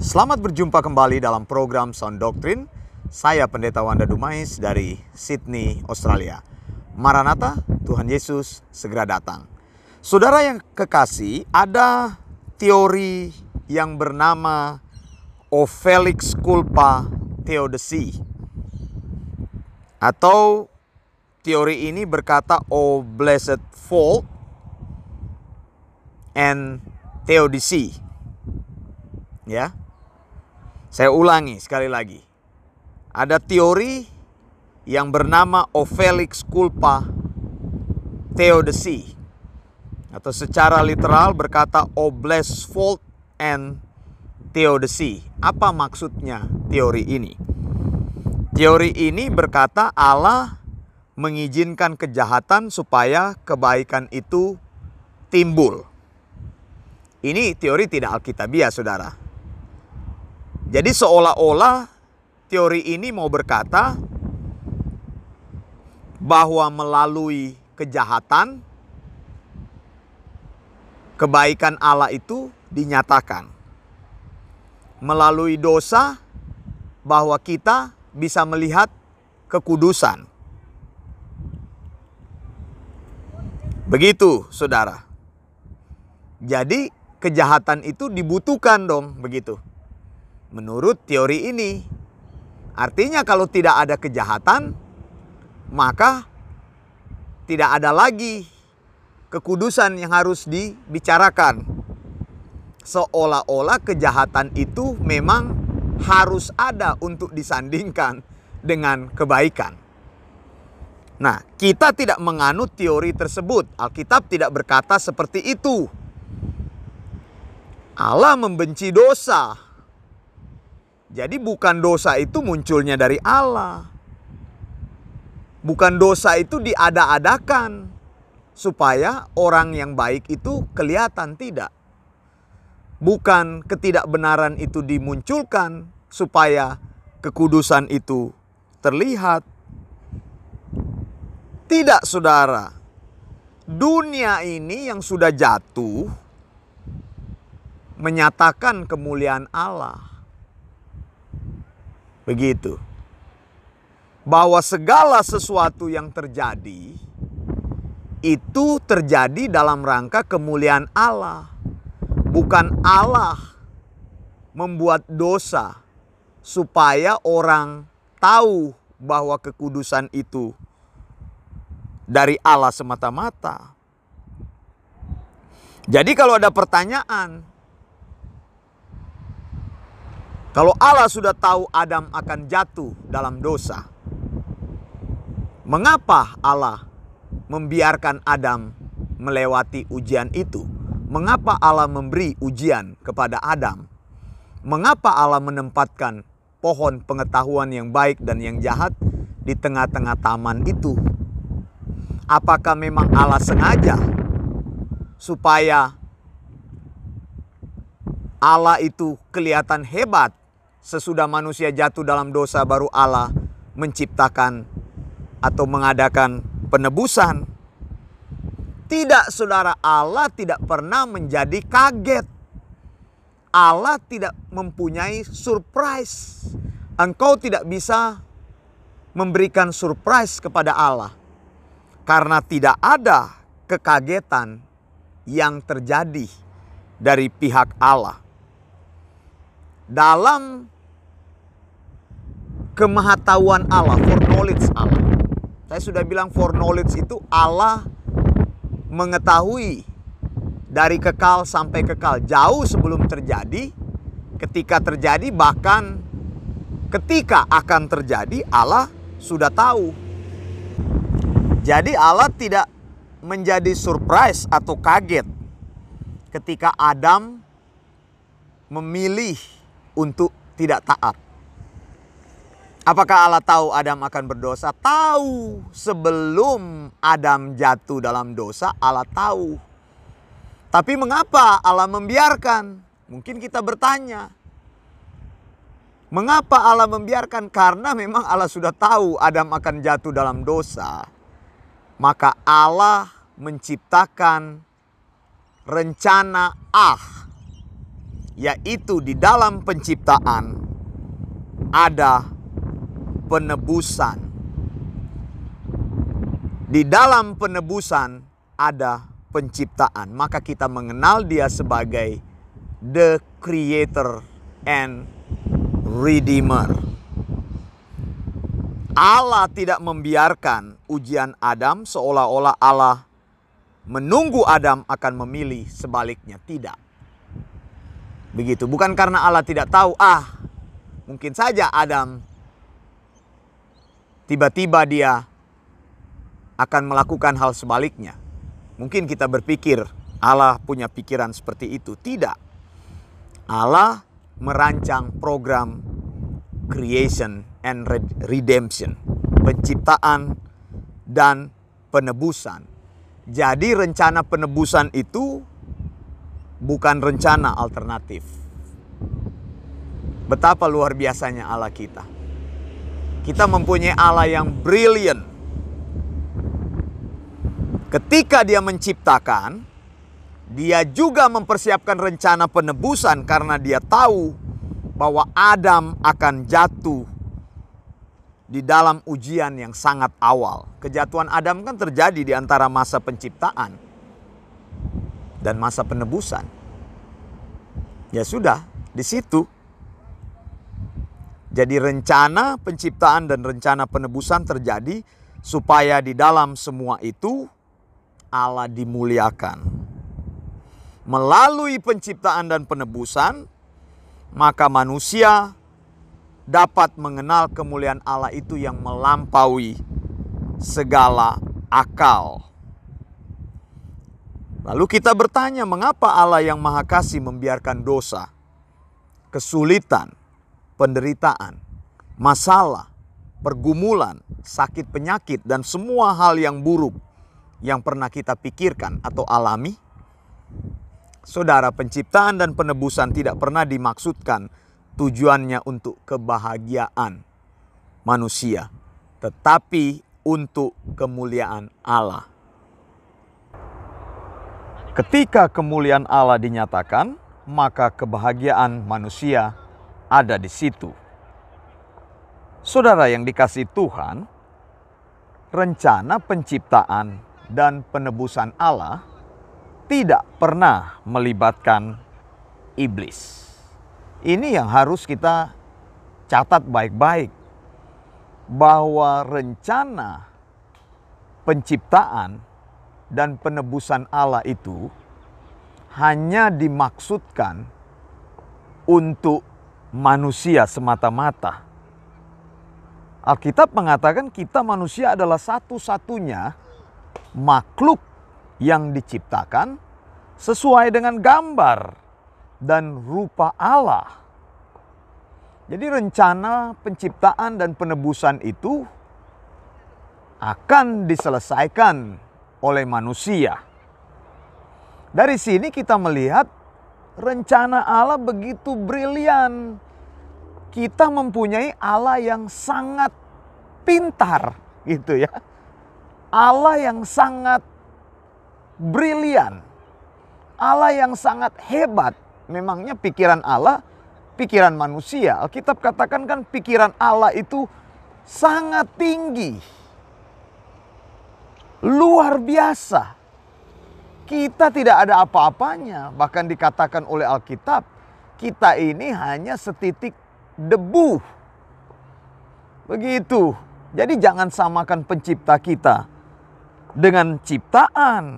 Selamat berjumpa kembali dalam program Sound Doctrine. Saya Pendeta Wanda Dumais dari Sydney, Australia. Maranatha, Tuhan Yesus segera datang. Saudara yang kekasih, ada teori yang bernama O Felix Culpa Theodicee. Atau teori ini berkata O Blessed Fault and Theodicee. Ya. Saya ulangi sekali lagi. Ada teori yang bernama O Felix Culpa Theodicee. Atau secara literal berkata O Blessed Fault and Theodicee. Apa maksudnya teori ini? Teori ini berkata Allah mengizinkan kejahatan supaya kebaikan itu timbul. Ini teori tidak alkitabiah, saudara. Jadi seolah-olah teori ini mau berkata bahwa melalui kejahatan, kebaikan Allah itu dinyatakan. Melalui dosa, bahwa kita bisa melihat kekudusan. Begitu, saudara. Jadi kejahatan itu dibutuhkan dong, begitu. Menurut teori ini, artinya kalau tidak ada kejahatan, maka tidak ada lagi kekudusan yang harus dibicarakan. Seolah-olah kejahatan itu memang harus ada untuk disandingkan dengan kebaikan. Nah, kita tidak menganut teori tersebut. Alkitab tidak berkata seperti itu. Allah membenci dosa. Jadi bukan dosa itu munculnya dari Allah. Bukan dosa itu diada-adakan supaya orang yang baik itu kelihatan, tidak. Bukan ketidakbenaran itu dimunculkan supaya kekudusan itu terlihat. Tidak, saudara. Dunia ini yang sudah jatuh menyatakan kemuliaan Allah. Begitu. Bahwa segala sesuatu yang terjadi itu terjadi dalam rangka kemuliaan Allah. Bukan Allah membuat dosa supaya orang tahu bahwa kekudusan itu dari Allah semata-mata. Jadi kalau ada pertanyaan, kalau Allah sudah tahu Adam akan jatuh dalam dosa, mengapa Allah membiarkan Adam melewati ujian itu? Mengapa Allah memberi ujian kepada Adam? Mengapa Allah menempatkan pohon pengetahuan yang baik dan yang jahat di tengah-tengah taman itu? Apakah memang Allah sengaja supaya Allah itu kelihatan hebat? Sesudah manusia jatuh dalam dosa baru Allah menciptakan atau mengadakan penebusan. Tidak, saudara, Allah tidak pernah menjadi kaget. Allah tidak mempunyai surprise. Engkau tidak bisa memberikan surprise kepada Allah. Karena tidak ada kekagetan yang terjadi dari pihak Allah. Dalam kemahatauan Allah, foreknowledge Allah. Saya sudah bilang foreknowledge itu Allah mengetahui dari kekal sampai kekal. Jauh sebelum terjadi, ketika terjadi, bahkan ketika akan terjadi, Allah sudah tahu. Jadi Allah tidak menjadi surprise atau kaget ketika Adam memilih untuk tidak taat. Apakah Allah tahu Adam akan berdosa? Tahu. Sebelum Adam jatuh dalam dosa, Allah tahu. Tapi mengapa Allah membiarkan? Mungkin kita bertanya. Mengapa Allah membiarkan? Karena memang Allah sudah tahu Adam akan jatuh dalam dosa. Maka Allah menciptakan rencana yaitu di dalam penciptaan ada penebusan. Di dalam penebusan ada penciptaan. Maka kita mengenal Dia sebagai the creator and redeemer. Allah tidak membiarkan ujian Adam seolah-olah Allah menunggu Adam akan memilih, sebaliknya tidak. Begitu, bukan karena Allah tidak tahu, mungkin saja Adam tiba-tiba dia akan melakukan hal sebaliknya. Mungkin kita berpikir Allah punya pikiran seperti itu. Tidak. Allah merancang program creation and redemption, penciptaan dan penebusan. Jadi rencana penebusan itu bukan rencana alternatif. Betapa luar biasanya Allah kita. Kita mempunyai Allah yang brilliant. Ketika Dia menciptakan, Dia juga mempersiapkan rencana penebusan karena Dia tahu bahwa Adam akan jatuh di dalam ujian yang sangat awal. Kejatuhan Adam kan terjadi di antara masa penciptaan dan masa penebusan. Ya sudah, di situ. Jadi rencana penciptaan dan rencana penebusan terjadi supaya di dalam semua itu Allah dimuliakan. Melalui penciptaan dan penebusan, maka manusia dapat mengenal kemuliaan Allah itu yang melampaui segala akal. Lalu kita bertanya, mengapa Allah yang Maha Kasih membiarkan dosa, kesulitan, penderitaan, masalah, pergumulan, sakit penyakit, dan semua hal yang buruk yang pernah kita pikirkan atau alami? Saudara, penciptaan dan penebusan tidak pernah dimaksudkan tujuannya untuk kebahagiaan manusia, tetapi untuk kemuliaan Allah. Ketika kemuliaan Allah dinyatakan, maka kebahagiaan manusia ada di situ. Saudara yang dikasihi Tuhan, rencana penciptaan dan penebusan Allah tidak pernah melibatkan iblis. Ini yang harus kita catat baik-baik, bahwa rencana penciptaan dan penebusan Allah itu hanya dimaksudkan untuk manusia semata-mata. Alkitab mengatakan kita manusia adalah satu-satunya makhluk yang diciptakan sesuai dengan gambar dan rupa Allah. Jadi rencana penciptaan dan penebusan itu akan diselesaikan oleh manusia. Dari sini kita melihat rencana Allah begitu brilian. Kita mempunyai Allah yang sangat pintar, gitu ya. Allah yang sangat brilian. Allah yang sangat hebat. Memangnya pikiran Allah, pikiran manusia. Alkitab katakan kan pikiran Allah itu sangat tinggi. Luar biasa. Kita tidak ada apa-apanya. Bahkan dikatakan oleh Alkitab, kita ini hanya setitik debu. Begitu. Jadi jangan samakan pencipta kita dengan ciptaan.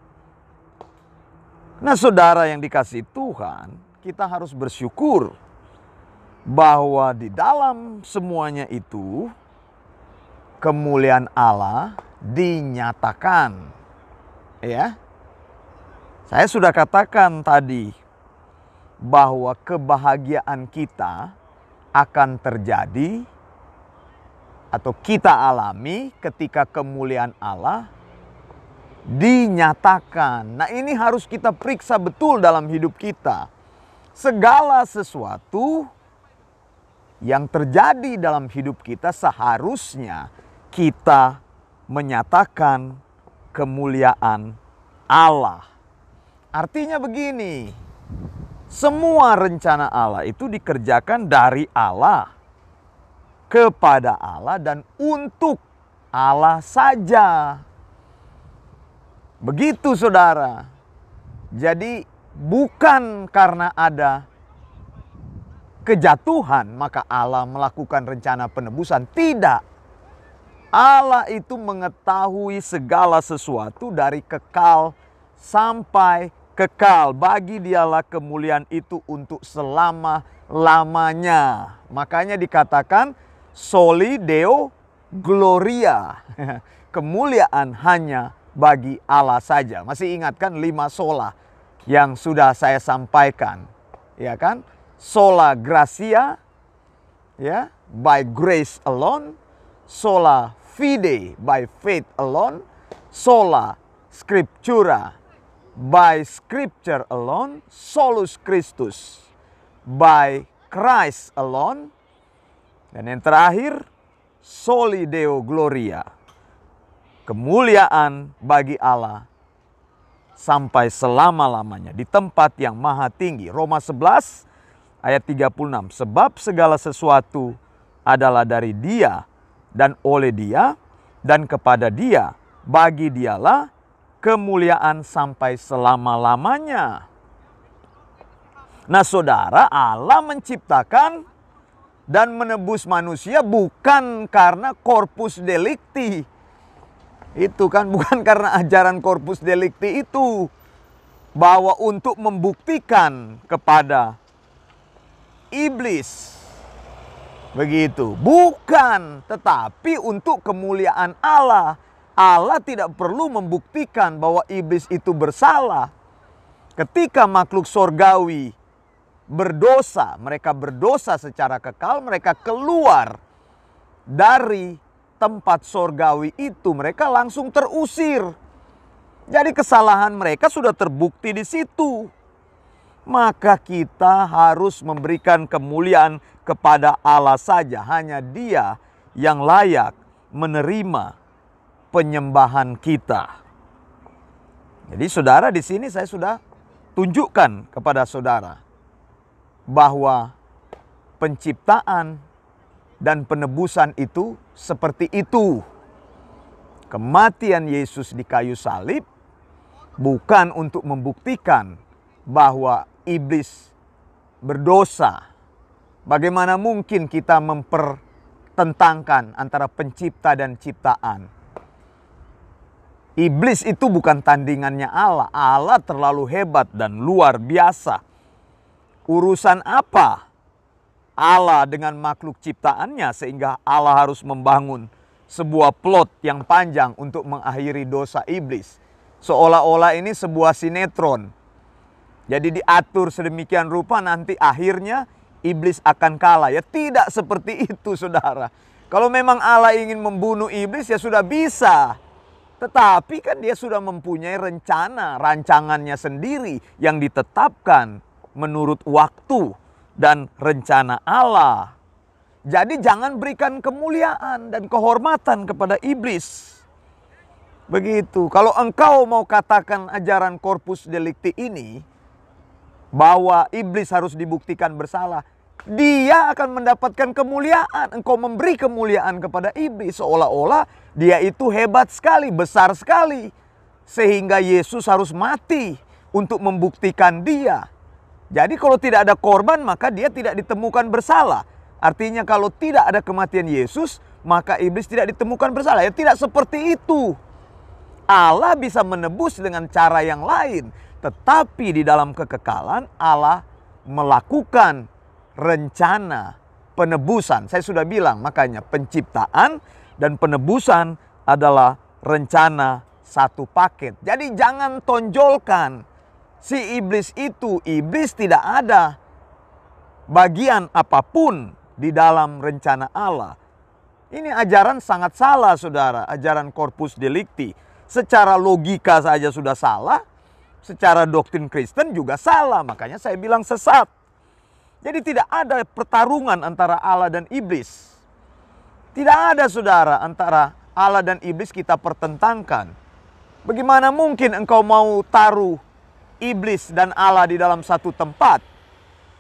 Nah, saudara yang dikasihi Tuhan, kita harus bersyukur bahwa di dalam semuanya itu kemuliaan Allah dinyatakan. Ya. Saya sudah katakan tadi bahwa kebahagiaan kita akan terjadi atau kita alami ketika kemuliaan Allah dinyatakan. Nah, ini harus kita periksa betul dalam hidup kita. Segala sesuatu yang terjadi dalam hidup kita seharusnya kita menyatakan kemuliaan Allah. Artinya begini, Semua rencana Allah itu dikerjakan dari Allah, kepada Allah, dan untuk Allah saja. Begitu saudara. Jadi bukan karena ada kejatuhan maka Allah melakukan rencana penebusan. Tidak. Allah itu mengetahui segala sesuatu dari kekal sampai kekal. Bagi dialah kemuliaan itu untuk selama-lamanya. Makanya dikatakan soli deo gloria. Kemuliaan hanya bagi Allah saja. Masih ingatkan 5 sola yang sudah saya sampaikan, ya kan? Sola gratia, ya, by grace alone. Sola fide, by faith alone. Sola scriptura, by scripture alone. Solus Christus, by Christ alone. Dan yang terakhir, soli deo gloria. Kemuliaan bagi Allah sampai selama-lamanya di tempat yang maha tinggi. Roma 11 ayat 36. Sebab segala sesuatu adalah dari Dia dan oleh Dia dan kepada Dia. Bagi Dialah kemuliaan sampai selama-lamanya. Nah saudara, Allah menciptakan dan menebus manusia bukan karena corpus delicti. Itu kan bukan karena ajaran corpus delicti itu. Bahwa untuk membuktikan kepada iblis. Begitu. Bukan. Tetapi untuk kemuliaan Allah. Allah tidak perlu membuktikan bahwa iblis itu bersalah. Ketika makhluk sorgawi berdosa, mereka berdosa secara kekal, mereka keluar dari tempat sorgawi itu, mereka langsung terusir. Jadi kesalahan mereka sudah terbukti di situ. Maka kita harus memberikan kemuliaan kepada Allah saja. Hanya Dia yang layak menerima penyembahan kita. Jadi saudara, di sini saya sudah tunjukkan kepada saudara bahwa penciptaan dan penebusan itu seperti itu. Kematian Yesus di kayu salib bukan untuk membuktikan bahwa iblis berdosa. Bagaimana mungkin kita mempertentangkan antara pencipta dan ciptaan? Iblis itu bukan tandingannya Allah. Allah terlalu hebat dan luar biasa. Urusan apa Allah dengan makhluk ciptaannya sehingga Allah harus membangun sebuah plot yang panjang untuk mengakhiri dosa iblis. Seolah-olah ini sebuah sinetron. Jadi diatur sedemikian rupa nanti akhirnya iblis akan kalah. Ya tidak seperti itu saudara. Kalau memang Allah ingin membunuh iblis ya sudah bisa. Tetapi kan dia sudah mempunyai rencana, rancangannya sendiri yang ditetapkan menurut waktu dan rencana Allah. Jadi jangan berikan kemuliaan dan kehormatan kepada iblis. Begitu. Kalau engkau mau katakan ajaran corpus delicti ini, bahwa iblis harus dibuktikan bersalah, dia akan mendapatkan kemuliaan. Engkau memberi kemuliaan kepada iblis seolah-olah dia itu hebat sekali, besar sekali. Sehingga Yesus harus mati untuk membuktikan dia. Jadi kalau tidak ada korban maka dia tidak ditemukan bersalah. Artinya kalau tidak ada kematian Yesus maka iblis tidak ditemukan bersalah. Ya tidak seperti itu. Allah bisa menebus dengan cara yang lain. Tetapi di dalam kekekalan Allah melakukan rencana penebusan. Saya sudah bilang makanya penciptaan dan penebusan adalah rencana satu paket. Jadi jangan tonjolkan si iblis itu. Iblis tidak ada bagian apapun di dalam rencana Allah. Ini ajaran sangat salah saudara. Ajaran corpus delicti. Secara logika saja sudah salah. Secara doktrin Kristen juga salah. Makanya saya bilang sesat. Jadi tidak ada pertarungan antara Allah dan iblis. Tidak ada saudara antara Allah dan iblis kita pertentangkan. Bagaimana mungkin engkau mau taruh iblis dan Allah di dalam satu tempat?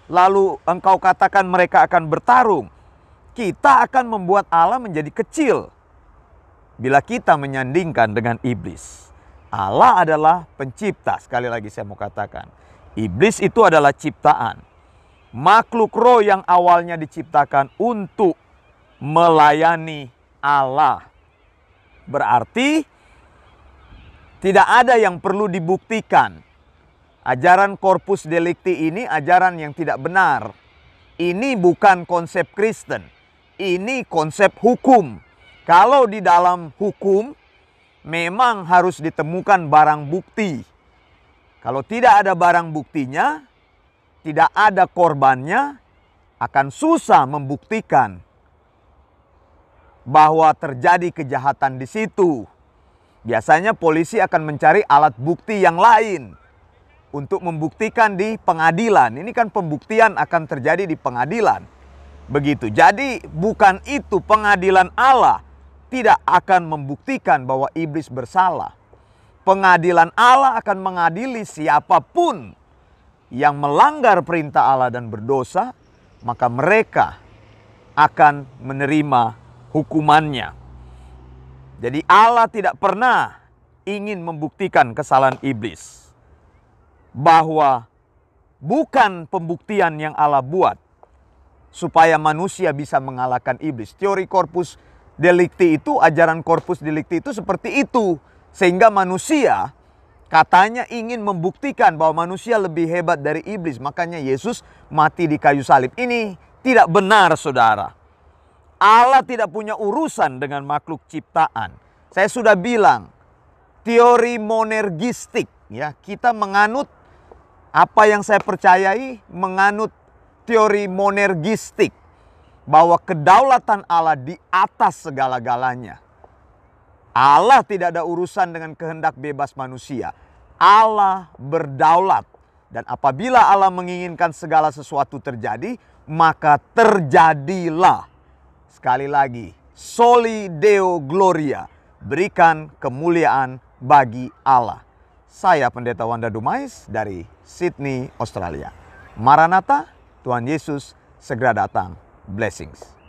lalu engkau katakan mereka akan bertarung. Kita akan membuat Allah menjadi kecil bila kita menyandingkan dengan iblis. Allah adalah pencipta. Sekali lagi saya mau katakan, iblis itu adalah ciptaan. Makhluk roh yang awalnya diciptakan untuk melayani Allah. Berarti tidak ada yang perlu dibuktikan. Ajaran Corpus Delicti ini ajaran yang tidak benar. Ini bukan konsep Kristen. Ini konsep hukum. Kalau di dalam hukum memang harus ditemukan barang bukti. Kalau tidak ada barang buktinya, tidak ada korbannya, akan susah membuktikan bahwa terjadi kejahatan di situ. Biasanya polisi akan mencari alat bukti yang lain untuk membuktikan di pengadilan. Ini kan pembuktian akan terjadi di pengadilan. Begitu. Jadi bukan itu, pengadilan Allah tidak akan membuktikan bahwa iblis bersalah. Pengadilan Allah akan mengadili siapapun yang melanggar perintah Allah dan berdosa, maka mereka akan menerima hukumannya. Jadi Allah tidak pernah ingin membuktikan kesalahan iblis. Bahwa bukan pembuktian yang Allah buat supaya manusia bisa mengalahkan iblis. Teori Corpus Delicti itu, ajaran Corpus Delicti itu seperti itu. Sehingga manusia katanya ingin membuktikan bahwa manusia lebih hebat dari iblis. Makanya Yesus mati di kayu salib. Ini tidak benar, saudara. Allah tidak punya urusan dengan makhluk ciptaan. Saya sudah bilang, teori monergistik. Ya, kita menganut apa yang saya percayai, menganut teori monergistik. Bahwa kedaulatan Allah di atas segala-galanya. Allah tidak ada urusan dengan kehendak bebas manusia. Allah berdaulat. Dan apabila Allah menginginkan segala sesuatu terjadi, maka terjadilah. Sekali lagi, Soli Deo Gloria. Berikan kemuliaan bagi Allah. Saya Pendeta Wanda Dumais dari Sydney, Australia. Maranatha, Tuhan Yesus segera datang. Blessings.